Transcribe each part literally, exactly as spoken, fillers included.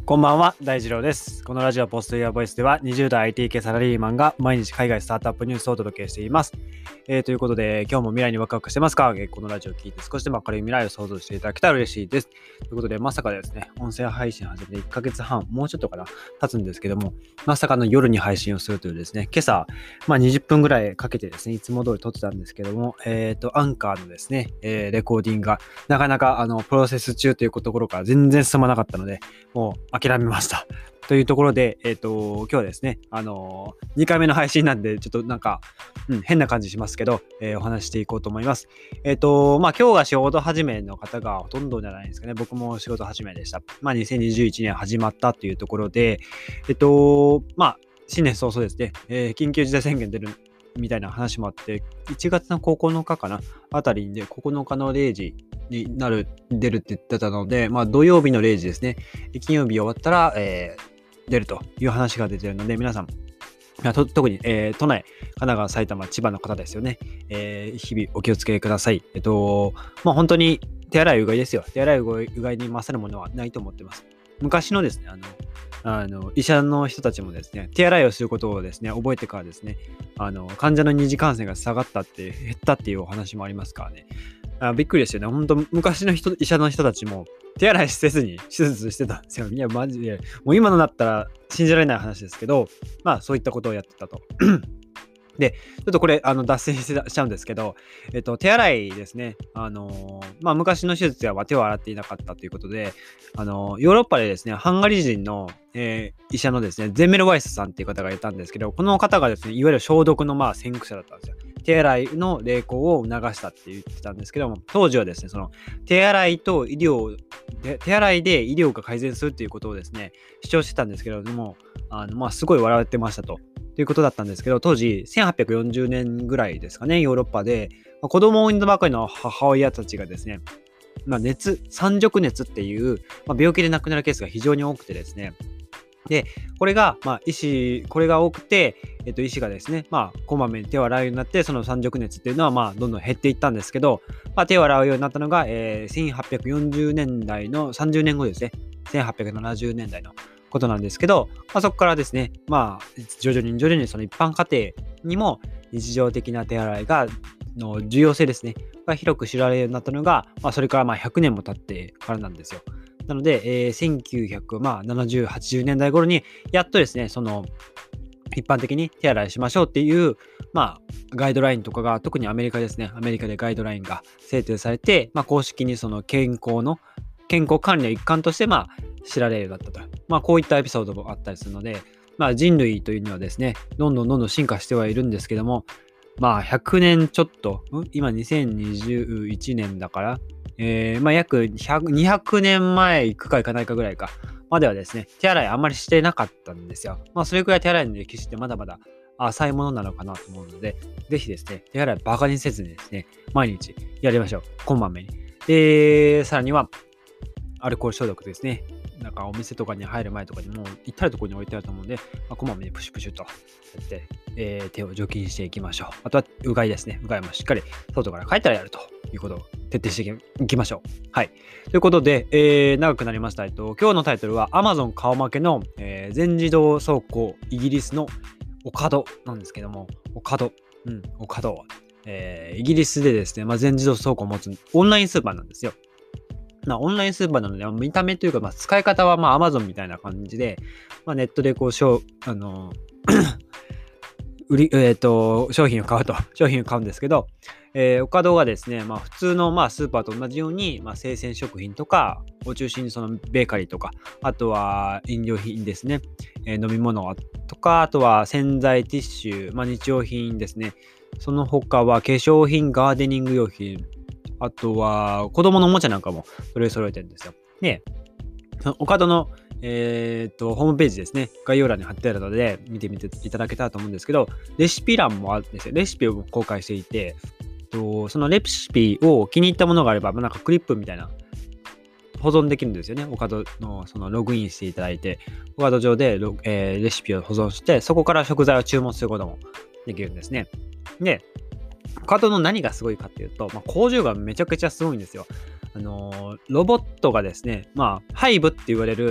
こんばんは、大二郎です。このラジオポストイヤーボイスではにじゅう代 アイティー 系サラリーマンが毎日海外スタートアップニュースをお届けしています。えー、ということで、今日も未来にワクワクしてますか？えーこのラジオを聞いて少しでも明るい未来を想像していただけたら嬉しいです。ということで、まさかですね、音声配信始めていっかげつはん、もうちょっとかな、経つんですけども、まさかの夜に配信をするというですね、今朝、まあ、にじゅっぷんぐらいかけてですね、いつも通り撮ってたんですけども、えっ、と、アンカーのですね、えーレコーディングがなかなかあのプロセス中というところから全然進まなかったので、もう諦めました。というところで、えっ、と、今日はですね、あのー、にかいめの配信なんで、ちょっとなんか、うん、変な感じしますけど、えーお話していこうと思います。えっ、と、まあ、今日が仕事始めの方がほとんどじゃないですかね。僕も仕事始めでした。まあ、にせんにじゅういちねん始まったというところで、えっ、と、まあ、新年早々ですね、えー緊急事態宣言出るみたいな話もあって、いちがつのここのかかなあたりで、ここのかのれいじになる、出るって言ってたので、まあ、土曜日のれいじですね。金曜日終わったら、えー出るという話が出ているので、皆さん、と特に、えー都内、神奈川、埼玉、千葉の方ですよね。えー日々お気をつけください。えっと、まあ本当に手洗いうがいですよ。手洗いうがいうがいに勝るものはないと思ってます。昔のですね、あの、あの医者の人たちもですね、手洗いをすることをですね、覚えてからですね、あの患者の二次感染が下がったって、減ったっていうお話もありますからね。あびっくりですよね。本当昔の人、医者の人たちも手洗いせずに手術してたんですよ。いや、マジで。もう今のだったら信じられない話ですけど、まあそういったことをやってたと。で、ちょっとこれ、あの、脱線ししちゃうんですけど、えっと、手洗いですね。あのーまあ、昔の手術では手を洗っていなかったということで、あのーヨーロッパでですね、ハンガリー人の、えー医者のですね、ゼンメルワイスさんっていう方がいたんですけど、この方がですね、いわゆる消毒のまあ先駆者だったんですよ。手洗いの励行を促したって言ってたんですけども、当時はですね、その手洗いと医療で、手洗いで医療が改善するっていうことをですね、主張してたんですけれども、あのまあ、すごい笑われてましたと。ということだったんですけど、当時せんはっぴゃくよんじゅうねんぐらいですかね、ヨーロッパで、まあ、子供を産んだばかりの母親たちがですね、まあ、熱、三熟熱っていう、まあ、病気で亡くなるケースが非常に多くてですね、で、これが、まあ、医師、これが多くて、えっと、医師がですね、まあ、こまめに手を洗うようになって、その三熟熱っていうのは、まあ、どんどん減っていったんですけど、まあ、手を洗うようになったのが、えーせんはっぴゃくよんじゅうねんだいのさんじゅうねんごですね。せんはっぴゃくななじゅうねんだいのことなんですけど、まあ、そこからですね、まあ、徐々に徐々にその一般家庭にも日常的な手洗いが、の重要性ですね、が広く知られるようになったのが、まあ、それからまあひゃくねんも経ってからなんですよ。なので、えーせんきゅうひゃくななじゅう、はちじゅうねんだい頃に、やっとですね、その、一般的に手洗いしましょうっていう、まあ、ガイドラインとかが、特にアメリカですね、アメリカでガイドラインが制定されて、まあ、公式にその健康の、健康管理の一環として、まあ、知られるようになったと。まあ、こういったエピソードもあったりするので、まあ、人類というのはですね、どんどんどんどん進化してはいるんですけども、まあ、ひゃくねんちょっと、ん今にせんにじゅういちねんだから、えー、まあ約ひゃくにひゃくねんまえ行くか行かないかぐらいかまではですね、手洗いあんまりしてなかったんですよ。まあそれくらい手洗いの歴史ってまだまだ浅いものなのかなと思うので、ぜひですね、手洗いバカにせずにですね、毎日やりましょう。こまめに。で、さらにはアルコール消毒ですね。なんかお店とかに入る前とかにもう至るところに置いてあると思うので、まあ、こまめにプシュプシュとやって、えー手を除菌していきましょう。あとはうがいですね。うがいもしっかり外から帰ったらやるということを徹底していきましょう。はい。ということで、えー長くなりました。えっと、今日のタイトルは Amazon 顔負けの、えー全自動倉庫イギリスのオカドなんですけども、オカド、うん、オカド、えーイギリスでですね、まあ、全自動倉庫を持つオンラインスーパーなんですよ。まあ、オンラインスーパーなので、見た目というか、まあ、使い方はまあ Amazon みたいな感じで、まあ、ネットでこう、しょうあの売り、えーと、商品を買うと、商品を買うんですけど、えー、オカドがですね、まあ、普通のまあスーパーと同じように、まあ、生鮮食品とかを中心にそのベーカリーとか、あとは飲料品ですね、えー飲み物とか、あとは洗剤、ティッシュ、まあ、日用品ですね。その他は化粧品、ガーデニング用品、あとは子供のおもちゃなんかもそれ揃えてるんですよ。で、そのオカドの、えー、とホームページですね、概要欄に貼ってあるので見てみていただけたらと思うんですけど、レシピ欄もあるんですよ。レシピを公開していて、とそのレシピを気に入ったものがあれば、まあなんかクリップみたいな保存できるんですよね。オカドのそのログインしていただいて、オカド上でロ、えーレシピを保存して、そこから食材を注文することもできるんですね。で、オカドの何がすごいかっていうと、まあ、工場がめちゃくちゃすごいんですよ。あのーロボットがですね、まあ、ハイブって言われる、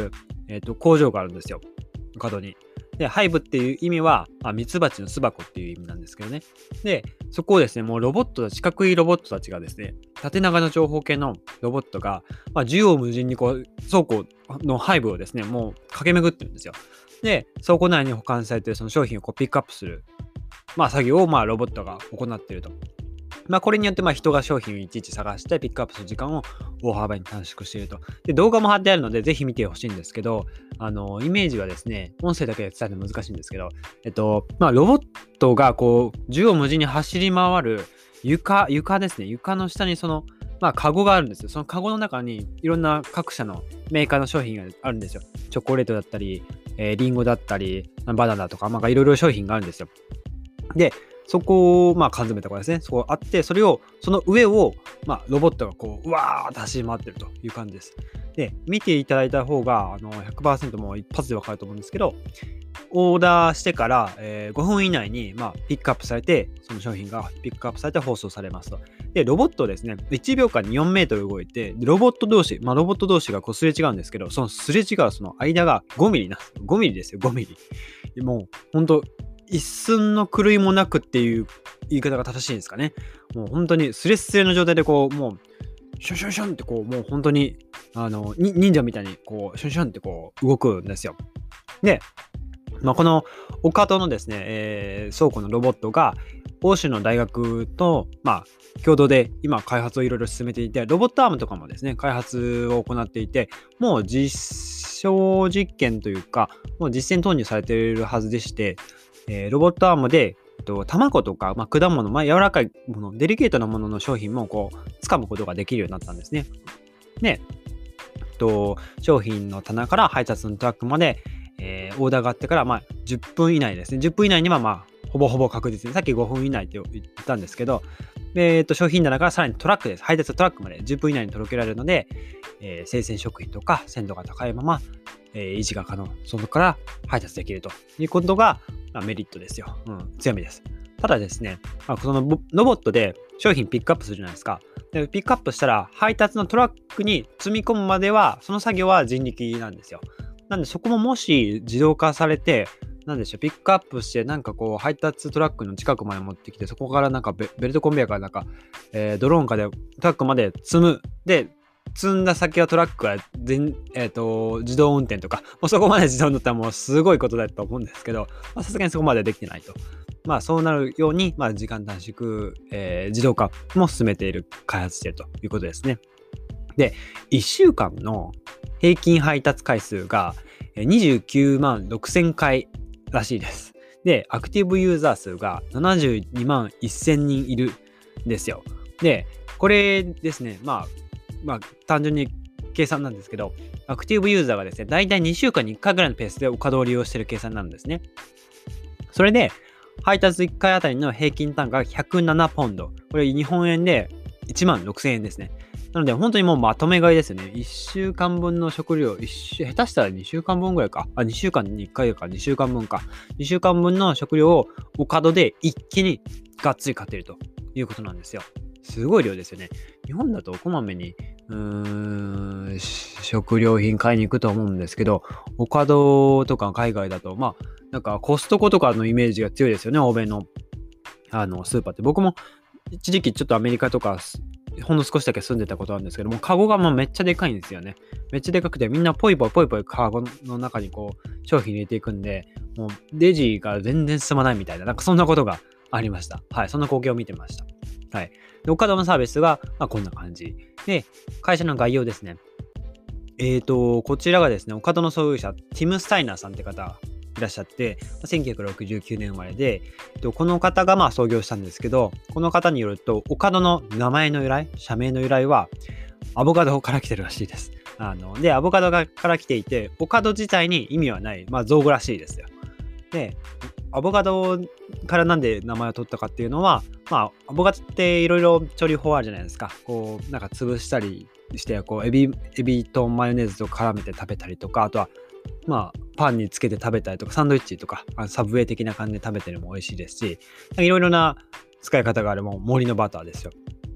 えーと、工場があるんですよ。岡戸に。で、ハイブっていう意味は、まあ、ミツバチの巣箱っていう意味なんですけどね。で、そこをですね、もうロボット、四角いロボットたちがですね、縦長の長方形のロボットが、まあ、縦横無尽にこう、倉庫のハイブをですね、もう駆け巡ってるんですよ。で、倉庫内に保管されているその商品をこうピックアップする、まあ、作業をまあロボットが行っていると。まあ、これによってまあ人が商品をいちいち探してピックアップする時間を大幅に短縮していると。で、動画も貼ってあるので、ぜひ見てほしいんですけど、あの、イメージはですね、音声だけで伝えるの難しいんですけど、えっと、まあ、ロボットがこう、縦横無尽に走り回る床、床ですね、床の下にその、まあ、カゴがあるんですよ。そのカゴの中にいろんな各社のメーカーの商品があるんですよ。チョコレートだったり、えー、リンゴだったり、バナナとか、まあ、いろいろ商品があるんですよ。で、そこを、まあ、缶詰とかですね、そこあって、それを、その上を、まあ、ロボットがこう、うわーって走り回ってるという感じです。で、見ていただいた方が、あの、ひゃくパーセント もう一発でわかると思うんですけど、オーダーしてから、えー、ごふん以内に、まあ、ピックアップされて、その商品がピックアップされて放送されますと。で、ロボットですね、いちびょうかんによんメートル動いて、ロボット同士、まあ、ロボット同士がこうすれ違うんですけど、そのすれ違うその間がごミリなんです。ごミリですよ、ごミリ。もう、ほんと、一寸の狂いもなくっていう言い方が正しいんですかね。もう本当にスレスレの状態でこう、もう、シュンシュンシュンってこう、もう本当に、あの、忍者みたいにこう、シュンシュンってこう、動くんですよ。で、まあ、この岡戸のですね、えー、倉庫のロボットが、欧州の大学と、まあ、共同で今開発をいろいろ進めていて、ロボットアームとかもですね、開発を行っていて、もう実証実験というか、もう実践投入されているはずでして、えー、ロボットアームで、えっと、卵とか、まあ、果物、まあ、柔らかいもの、デリケートなものの商品もこう掴むことができるようになったんですね。で、えっと、商品の棚から配達のトラックまで、えー、オーダーがあってから、まあ、じゅっぷん以内ですね。じゅっぷん以内には、まあ、ほぼほぼ確実に、さっきごふん以内って言ったんですけど、えー、っと商品棚からさらにトラックです。配達トラックまでじゅっぷん以内に届けられるので、えー、生鮮食品とか鮮度が高いまま、えー、維持が可能。そこから配達できるということが、まあ、メリットですよ。うん、強みです。ただですね、まあ、そのロボットで商品ピックアップするじゃないですか。でピックアップしたら配達のトラックに積み込むまでは、その作業は人力なんですよ。なんでそこももし自動化されて、なんでしょう、ピックアップして、なんかこう、配達トラックの近くまで持ってきて、そこからなんかベ、ベルトコンベヤーからなんか、えー、ドローンかでトラックまで積む。で、積んだ先はトラックは全、えーと、自動運転とか、もうそこまで自動になったらもうすごいことだと思うんですけど、さすがにそこまでできてないと。まあそうなるように、まあ時間短縮、えー、自動化も進めている、開発しているということですね。で、いっしゅうかんの平均配達回数がにじゅうきゅうまんろくせんかいらしいです。で、アクティブユーザー数がななじゅうにまんせんにんいるんですよ。で、これですね、まあ、まあ、単純に計算なんですけど、アクティブユーザーがですね、だいたいにしゅうかんにいっかいぐらいのペースで岡戸を利用している計算なんですね。それで、配達いっかいあたりの平均単価がひゃくななポンド。これ日本円でいちまんろくせんえんですね。なので本当にもうまとめ買いですよね。いっしゅうかんぶんの食料、一週下手したらにしゅうかんぶんぐらいか。あ、にしゅうかんにいっかいか、にしゅうかんぶんか。にしゅうかんぶんの食料を岡戸で一気にがっつり買っているということなんですよ。すごい量ですよね。日本だとこまめにうーん食料品買いに行くと思うんですけど、岡戸とか海外だと、まあ、なんかコストコとかのイメージが強いですよね、欧米のあのスーパーって。僕も一時期ちょっとアメリカとかほんの少しだけ住んでたことあるんですけども、カゴがもうめっちゃでかいんですよね。めっちゃでかくて、みんなポイポイポイポイカゴの中にこう商品入れていくんで、もうレジが全然進まないみたいな、なんかそんなことがありました。はい、そんな光景を見てました。はい。で、岡戸のサービスが、まあ、こんな感じ。で、会社の概要ですね。えーと、こちらがですね、岡戸の創業者、ティム・スタイナーさんって方いらっしゃって、せんきゅうひゃくろくじゅうきゅうねん生まれで、この方がまあ創業したんですけど、この方によると、岡戸の名前の由来、社名の由来は、アボカドから来てるらしいです。あので、アボカドから来ていて、岡戸自体に意味はない、まあ、造語らしいですよ。で、アボカドからなんで名前を取ったかっていうのは、まあ、アボカドっていろいろ調理法あるじゃないですか。こう、なんか潰したりして、こう、エビ、エビとマヨネーズと絡めて食べたりとか、あとは、まあ、パンにつけて食べたりとか、サンドイッチとか、サブウェイ的な感じで食べてるのも美味しいですし、いろいろな使い方があるもう森のバターですよ。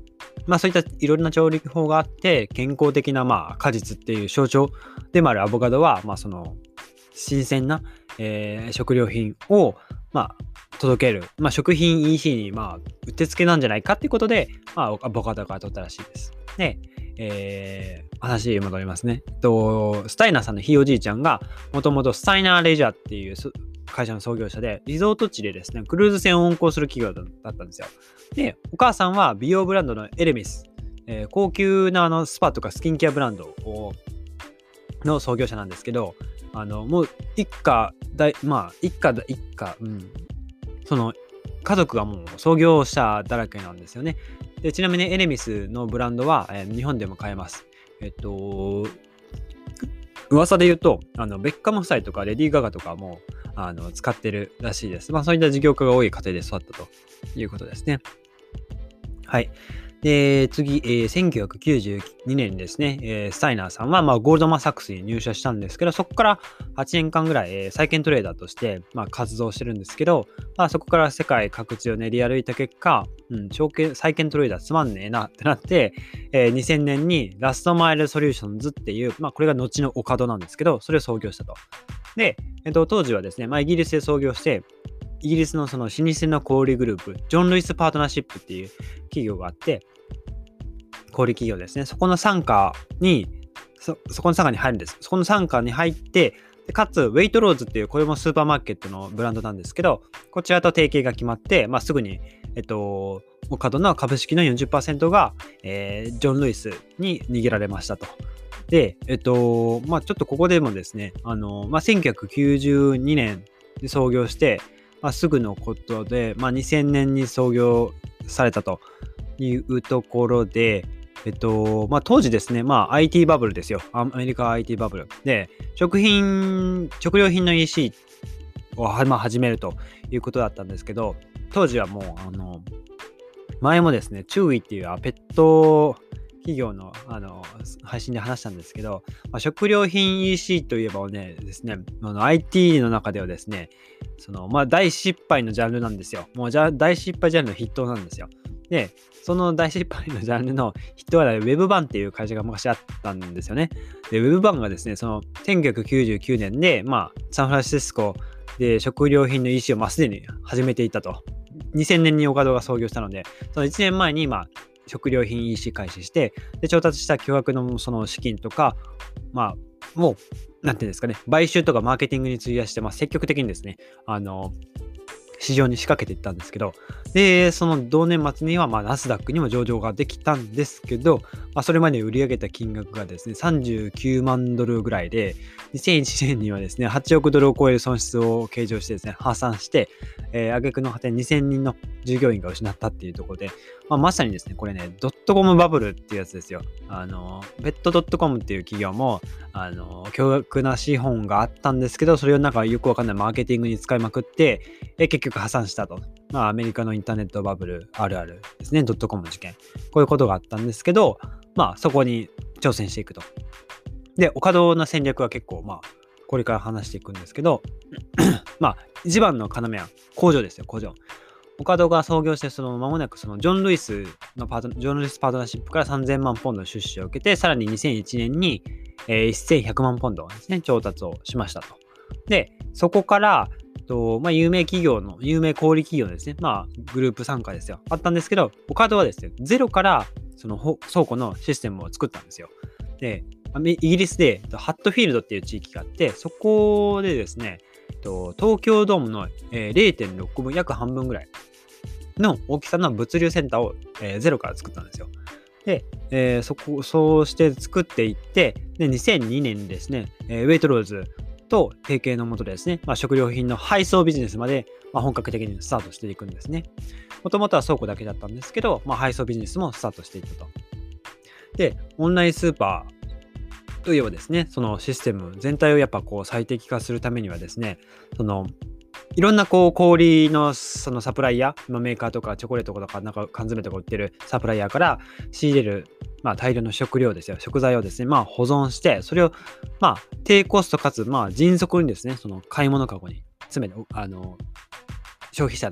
まあそういったいろんな調理法があって、健康的なまあ果実っていう象徴でもあるアボカドは、まあその新鮮な、えー食料品をまあ届ける、まあ、食品 イーシー にまあうってつけなんじゃないかっていうことで、まあ、アボカドから取ったらしいです。で、えー、話に戻りますね。とスタイナーさんのひいおじいちゃんがもともとスタイナーレジャーっていう会社の創業者で、リゾート地でですねクルーズ船を運航する企業だったんですよ。で、お母さんは美容ブランドのエレミス、えー高級なあのスパとかスキンケアブランドをの創業者なんですけど、あのもう一家大まあ一家だ一家うんその家族がもう創業者だらけなんですよね。で、ちなみにエレミスのブランドは、えー日本でも買えます。えっと噂で言うと、あのベッカム夫妻とかレディー・ガガとかもあの使ってるらしいです。まあそういった事業家が多い家庭で育ったということですね。はい。で、次、えーせんきゅうひゃくきゅうじゅうにねんにですね、えースタイナーさんは、まあ、ゴールドマン・サックスに入社したんですけど、そこからはちねんかんぐらい、えー債券トレーダーとして、まあ、活動してるんですけど、まあ、そこから世界各地を練り歩いた結果、うん、証券債券トレーダーつまんねえなってなって、えーにせんねんにラストマイルソリューションズっていう、まあ、これが後のオカドなんですけど、それを創業したと。で、えっと、当時はですね、まあ、イギリスで創業して、イギリスのその老舗の小売グループ、ジョン・ルイス・パートナーシップっていう企業があって、小売企業ですね。そこの傘下に、そ、そこの傘下に入るんです。そこの傘下に入って、でかつ、ウェイトローズっていう、これもスーパーマーケットのブランドなんですけど、こちらと提携が決まって、まあ、すぐに、えっと、オカドの株式の よんじゅっパーセント が、えージョン・ルイスに握られましたと。で、えっと、まあ、ちょっとここでもですね、あの、まあ、せんきゅうひゃくきゅうじゅうにねんで創業して、まあ、すぐのことで、まあ、にせんねんに創業されたというところで、えっと、まあ、当時ですね、まあ、アイティー バブルですよ。アメリカ アイティー バブル。で、食品、食料品の イーシー をは、まあ、始めるということだったんですけど、当時はもう、あの、前もですね、チューイっていうあペット企業の、あの配信で話したんですけど、まあ、食料品 イーシー といえばねですね、あの アイティー の中ではですね、そのまあ大失敗のジャンルなんですよ。もうじゃ大失敗ジャンルの筆頭なんですよ。で、その大失敗のジャンルの筆頭はウェブバンっていう会社が昔あったんですよね。で、ウェブバンがですね、そのせんきゅうひゃくきゅうじゅうきゅうねんで、まあ、サンフランシスコで食料品の イーシー をまあすでに始めていたと。にせんねんにオカドが創業したので、そのいちねんまえにまあ食料品 イーシー 開始して、で調達した巨額のその資金とか、まあ、もう、なんていうんですかね、買収とかマーケティングに費やして、まあ、積極的にですね、あの、市場に仕掛けていったんですけど、で、その同年末には、まあ、ナスダックにも上場ができたんですけど、まあ、それまで売り上げた金額がですね、さんじゅうきゅうまんドルぐらいで、にせんいちねんにはですね、はちおくドルを超える損失を計上してですね、破産して、えー、挙句の果てににせんにんの従業員が失ったっていうところで、まあ、まさにですね、これね、ドットコムバブルっていうやつですよ。あの、ペットドットコムっていう企業も、あの、巨額な資本があったんですけど、それをなんかよくわかんないマーケティングに使いまくって、え結局破産したと。まあ、アメリカのインターネットバブルあるあるですね、ドットコム事件。こういうことがあったんですけど、まあ、そこに挑戦していくと。で、オカドの戦略は結構、まあ、これから話していくんですけど、まあ、一番の要は工場ですよ、工場。オカドが創業して、その間もなくそのジョン・ルイスのパート、ジョン・ルイスパートナーシップからさんぜんまんポンドの出資を受けて、さらににせんいちねんに、えー、せんひゃくまんポンドですね、調達をしましたと。で、そこから、とまあ、有名企業の、有名小売企業ですね、まあ、グループ参加ですよ。あったんですけど、オカドはですね、ゼロからその倉庫のシステムを作ったんですよ。で、イギリスでハットフィールドっていう地域があって、そこでですね、東京ドームの れいてんろくぶん、約半分ぐらいの大きさの物流センターをゼロから作ったんですよ。で、えー、そこ、そうして作っていって、で、にせんにねんにですね、ウェイトローズと提携のもとでですね、まあ、食料品の配送ビジネスまで、まあ、本格的にスタートしていくんですね。もともとは倉庫だけだったんですけど、まあ、配送ビジネスもスタートしていったと。で、オンラインスーパーといえばですね、そのシステム全体をやっぱこう最適化するためにはですね、そのいろんなこう小売のそのサプライヤーのメーカーとかチョコレートとかなんか缶詰とか売ってるサプライヤーから仕入れる、まあ、大量の食料ですよ、食材をですね、まあ保存して、それをまあ低コストかつまあ迅速にですね、その買い物かごに詰めて、あの消費者の、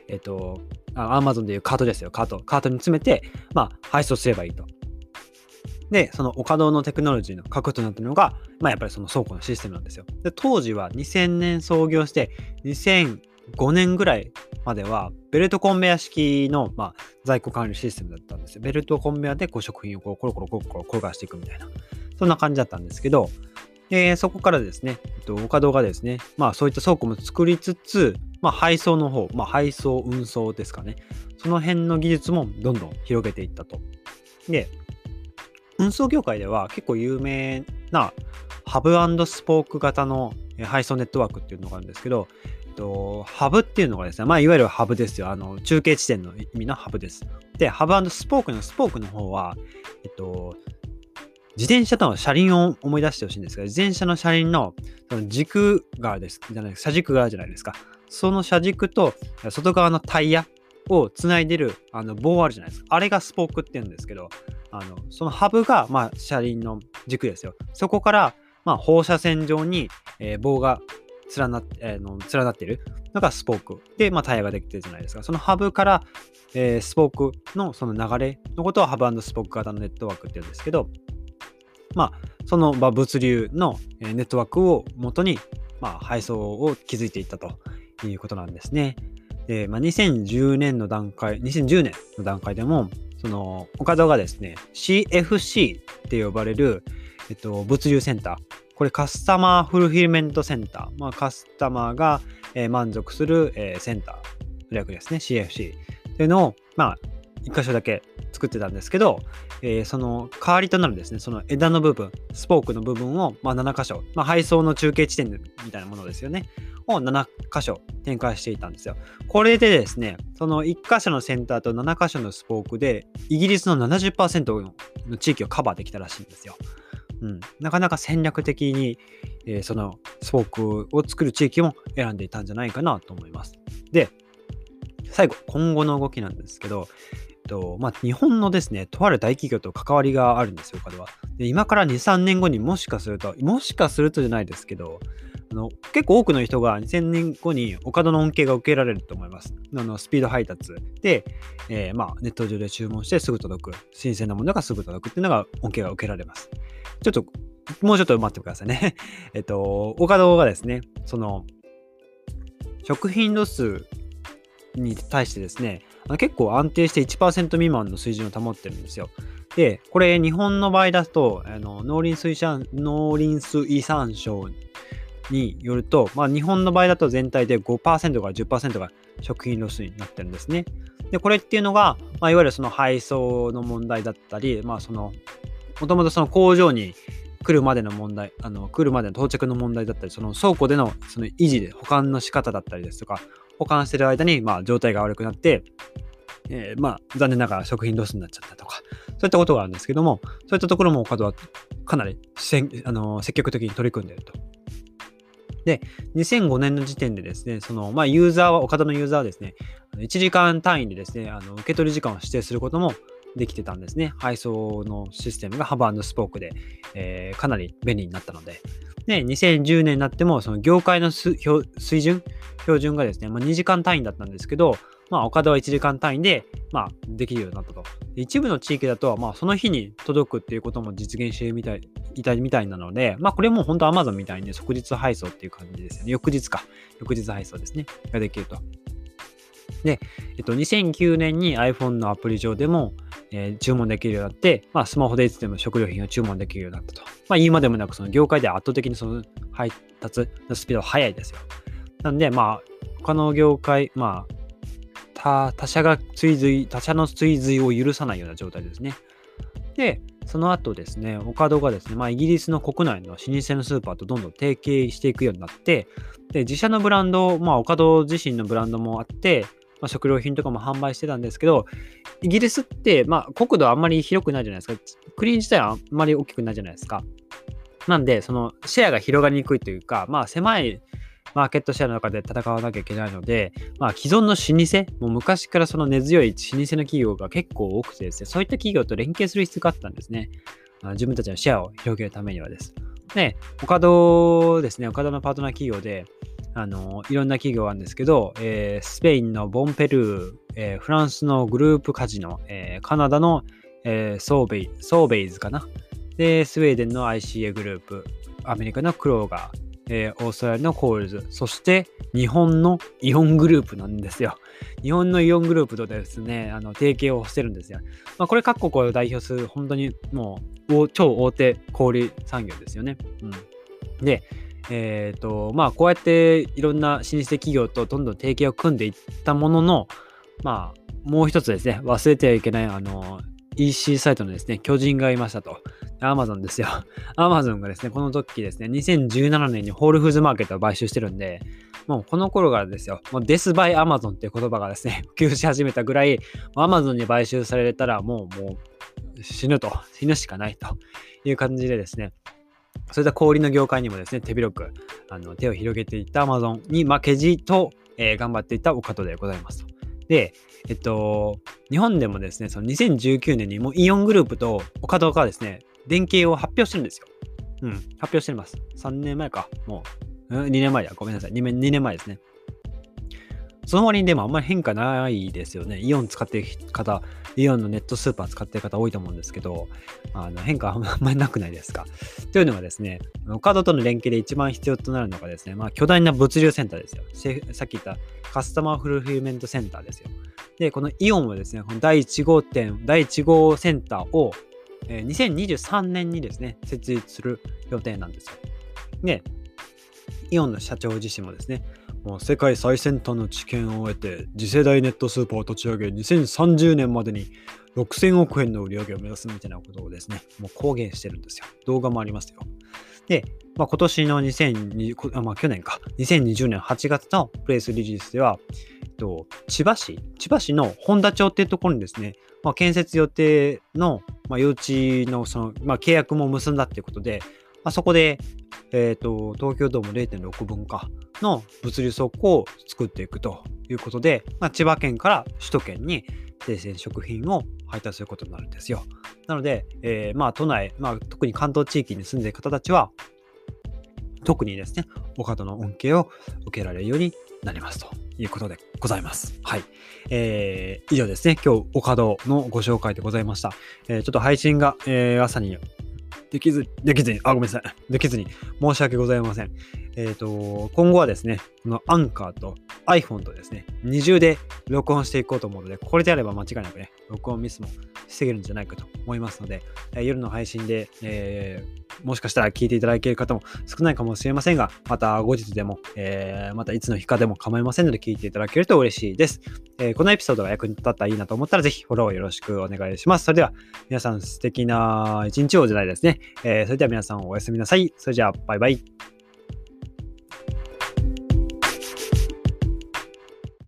えっと、アマゾンでいうカートですよ、カート。カートに詰めて、まあ、配送すればいいと。で、その岡堂のテクノロジーの核となっているのが、まあ、やっぱりその倉庫のシステムなんですよ。で、当時はにせんねん創業して、にせんごねんぐらいまでは、ベルトコンベヤ式の、まあ、在庫管理システムだったんですよ。ベルトコンベヤでこう食品をこうコロコロコロコロ転がしていくみたいな、そんな感じだったんですけど、でそこからですね、えっと、岡堂がですね、まあそういった倉庫も作りつつ、まあ配送の方、まあ配送、運送ですかね。その辺の技術もどんどん広げていったと。で、運送業界では結構有名なハブ&スポーク型のえー配送ネットワークっていうのがあるんですけど、えっと、ハブっていうのがですね、まあいわゆるハブですよ。あの、中継地点の意味のハブです。で、ハブ&スポークのスポークの方は、えっと、自転車との車輪を思い出してほしいんですが、自転車の車輪のその軸がですじゃない車軸がじゃないですか。その車軸と外側のタイヤをつないでるあの棒あるじゃないですか。あれがスポークって言うんですけど、あのそのハブがまあ車輪の軸ですよ。そこからまあ放射線状に、えー棒が連なって、えーの連なっているのがスポークで、まあ、タイヤができてるじゃないですか。そのハブから、えースポークのその流れのことをハブ&スポーク型のネットワークって言うんですけど、まあ、そのまあ物流のえーネットワークを元に、まあ、配送を築いていったということなんですね。で、まあ、にせんじゅうねんの段階、にせんじゅうねんの段階でも、その岡田がですね、シーエフシー って呼ばれる、えっと、物流センター、これカスタマーフルフィルメントセンター、まあ、カスタマーが、えー満足する、えーセンターの略ですね、シーエフシー っていうのを、まあ、一箇所だけ作ってたんですけど、えーその代わりとなるですね、その枝の部分、スポークの部分を、まあ、なな箇所、まあ、配送の中継地点みたいなものですよね、をなな箇所展開していたんですよ。これでですね、そのいっ箇所のセンターとなな箇所のスポークで、イギリスの ななじゅっパーセント の地域をカバーできたらしいんですよ。うん、なかなか戦略的に、えーそのスポークを作る地域も選んでいたんじゃないかなと思います。で、最後、今後の動きなんですけど、えっとまあ、日本のですね、とある大企業と関わりがあるんですよ、彼は。で、今からに、さんねんごにもしかすると、もしかするとじゃないですけど、あの結構多くの人がにせんねんごに岡田の恩恵が受けられると思います。あのスピード配達で、えーまあ、ネット上で注文してすぐ届く。新鮮なものがすぐ届くっていうのが恩恵が受けられます。ちょっと、もうちょっと待ってくださいね。えっと、岡田がですね、その、食品ロスに対してですね、あの結構安定して いちパーセント 未満の水準を保ってるんですよ。で、これ日本の場合だと、あの農林水産農林水産省によると、まあ、日本の場合だと全体で ごパーセント から じゅっパーセント が食品ロスになってるんですね。で、これっていうのが、まあ、いわゆるその配送の問題だったり、まあ、その、もともとその工場に来るまでの問題、あの来るまでの到着の問題だったり、その倉庫でのその維持で保管の仕方だったりですとか、保管してる間にまあ状態が悪くなって、えーまあ残念ながら食品ロスになっちゃったとか、そういったことがあるんですけども、そういったところも岡田はかなりせんあの積極的に取り組んでいると。で、にせんごねんの時点でですね、その、まあ、ユーザーは、岡田のユーザーはですね、いちじかん単位でですね、あの受け取り時間を指定することもできてたんですね。配送のシステムがハブ&スポークで、えーかなり便利になったので。で、にせんじゅうねんになっても、その業界のす標水準、標準がですね、まあ、にじかん単位だったんですけど、まあ、岡田はいちじかん単位で、まあ、できるようになったと。で一部の地域だと、まあ、その日に届くっていうことも実現しているみたい、いたみたいなので、まあ、これも本当 Amazon みたいに即日配送っていう感じですよね。翌日か。翌日配送ですね。ができると。で、えっと、にせんきゅうねんに iPhone のアプリ上でも、えー注文できるようになって、まあ、スマホでいつでも食料品を注文できるようになったと。まあ、言うまでもなく、その業界で圧倒的にその配達のスピードが速いですよ。なんで、まあ、他の業界、まあ、他他社が追随、他社の追随を許さないような状態ですね。で、その後ですね、岡戸がですね、まあ、イギリスの国内の老舗のスーパーとどんどん提携していくようになって、で、自社のブランド、まあ、岡戸自身のブランドもあって、まあ、食料品とかも販売してたんですけど、イギリスって、まあ、国土あんまり広くないじゃないですか。国自体はあんまり大きくないじゃないですか。なんで、そのシェアが広がりにくいというか、まあ、狭いマーケットシェアの中で戦わなきゃいけないので、まあ、既存の老舗、もう昔からその根強い老舗の企業が結構多くてですね、そういった企業と連携する必要があったんですね。あ自分たちのシェアを広げるためにはです。で、岡戸ですね、岡戸のパートナー企業で、 あのいろんな企業があるんですけど、えースペインのボンペルー、えーフランスのグループカジノ、えーカナダの、えーソーベイ、ソーベイズかな。で、スウェーデンの アイシーエー グループ、アメリカのクローガー、えーオーストラリアのコールズ、そして日本のイオングループなんですよ。日本のイオングループとですね、あの提携をしてるんですよ。まあ、これ各国を代表する本当にもう大超大手小売産業ですよね。うん、で、えっと、まあこうやっていろんな老舗企業とどんどん提携を組んでいったものの、まあもう一つですね、忘れてはいけないあの イーシー サイトのですね、巨人がいましたと。アマゾンですよ。アマゾンがですね、この時ですね、にせんじゅうななねんにホールフーズマーケットを買収してるんで、もうこの頃からですよ、もうデスバイアマゾンっていう言葉がですね、普及し始めたぐらい、アマゾンに買収されたらもう、もう死ぬと、死ぬしかないという感じでですね、そういった小売の業界にもですね、手広くあの手を広げていったアマゾンに負けじと、えー頑張っていったお方でございますと。で、えっと、日本でもですね、そのにせんじゅうきゅうねんにもうイオングループとオカドがですね、連携を発表してるんですよ。うん、発表してます。さんねんまえか。もう、うん、にねんまえだ。ごめんなさい。にねんにねんまえですね。その割にでもあんまり変化ないですよね。イオン使ってる方、イオンのネットスーパー使ってる方多いと思うんですけど、あの変化はあんまりなくないですか。というのはですね、オカドとの連携で一番必要となるのがですね、まあ、巨大な物流センターですよ。せさっき言ったカスタマーフルフィルメントセンターですよ。で、このイオンはですね、このだいいち号店、だいいち号センターを、えーにせんにじゅうさんねんにですね、設立する予定なんですよ。で、イオンの社長自身もですね、もう世界最先端の知見を得て次世代ネットスーパーを立ち上げにせんさんじゅうねんまでにろくせんおくえんの売り上げを目指すみたいなことをですね、もう公言してるんですよ。動画もありますよ。で、まあ、今年のにせんにじゅう、まあ、去年か、にせんにじゅうねんはちがつのプレスリリースでは、えっと、千葉市、千葉市の本田町っていうところにですね、まあ、建設予定の、まあ、用地のその、まあ、契約も結んだっていうことで、まあ、そこで、えっと、東京ドーム れいてんろくぶんかの物流倉庫を作っていくということで、まあ、千葉県から首都圏に生鮮食品を配達することになるんですよ。なので、えーまあ、都内、まあ、特に関東地域に住んでいる方たちは、特にですね、オカドの恩恵を受けられるようになりますということでございます。はい。えー、以上ですね、今日オカドのご紹介でございました。えー、ちょっと配信が、えー、朝にできず、できずに、あ、ごめんなさい。できずに、申し訳ございません。えっと、今後はですね、このアンカーと iPhone とですね、二重で録音していこうと思うので、これであれば間違いなくね、録音ミスも防げるんじゃないかと思いますので、えー夜の配信で、えーもしかしたら聞いていただける方も少ないかもしれませんが、また後日でも、えーまたいつの日かでも構いませんので聞いていただけると嬉しいです。えーこのエピソードが役に立ったらいいなと思ったら、ぜひフォローよろしくお願いします。それでは、皆さん素敵な一日をじゃないですね。えーそれでは皆さんおやすみなさい。それじゃあ、バイバイ。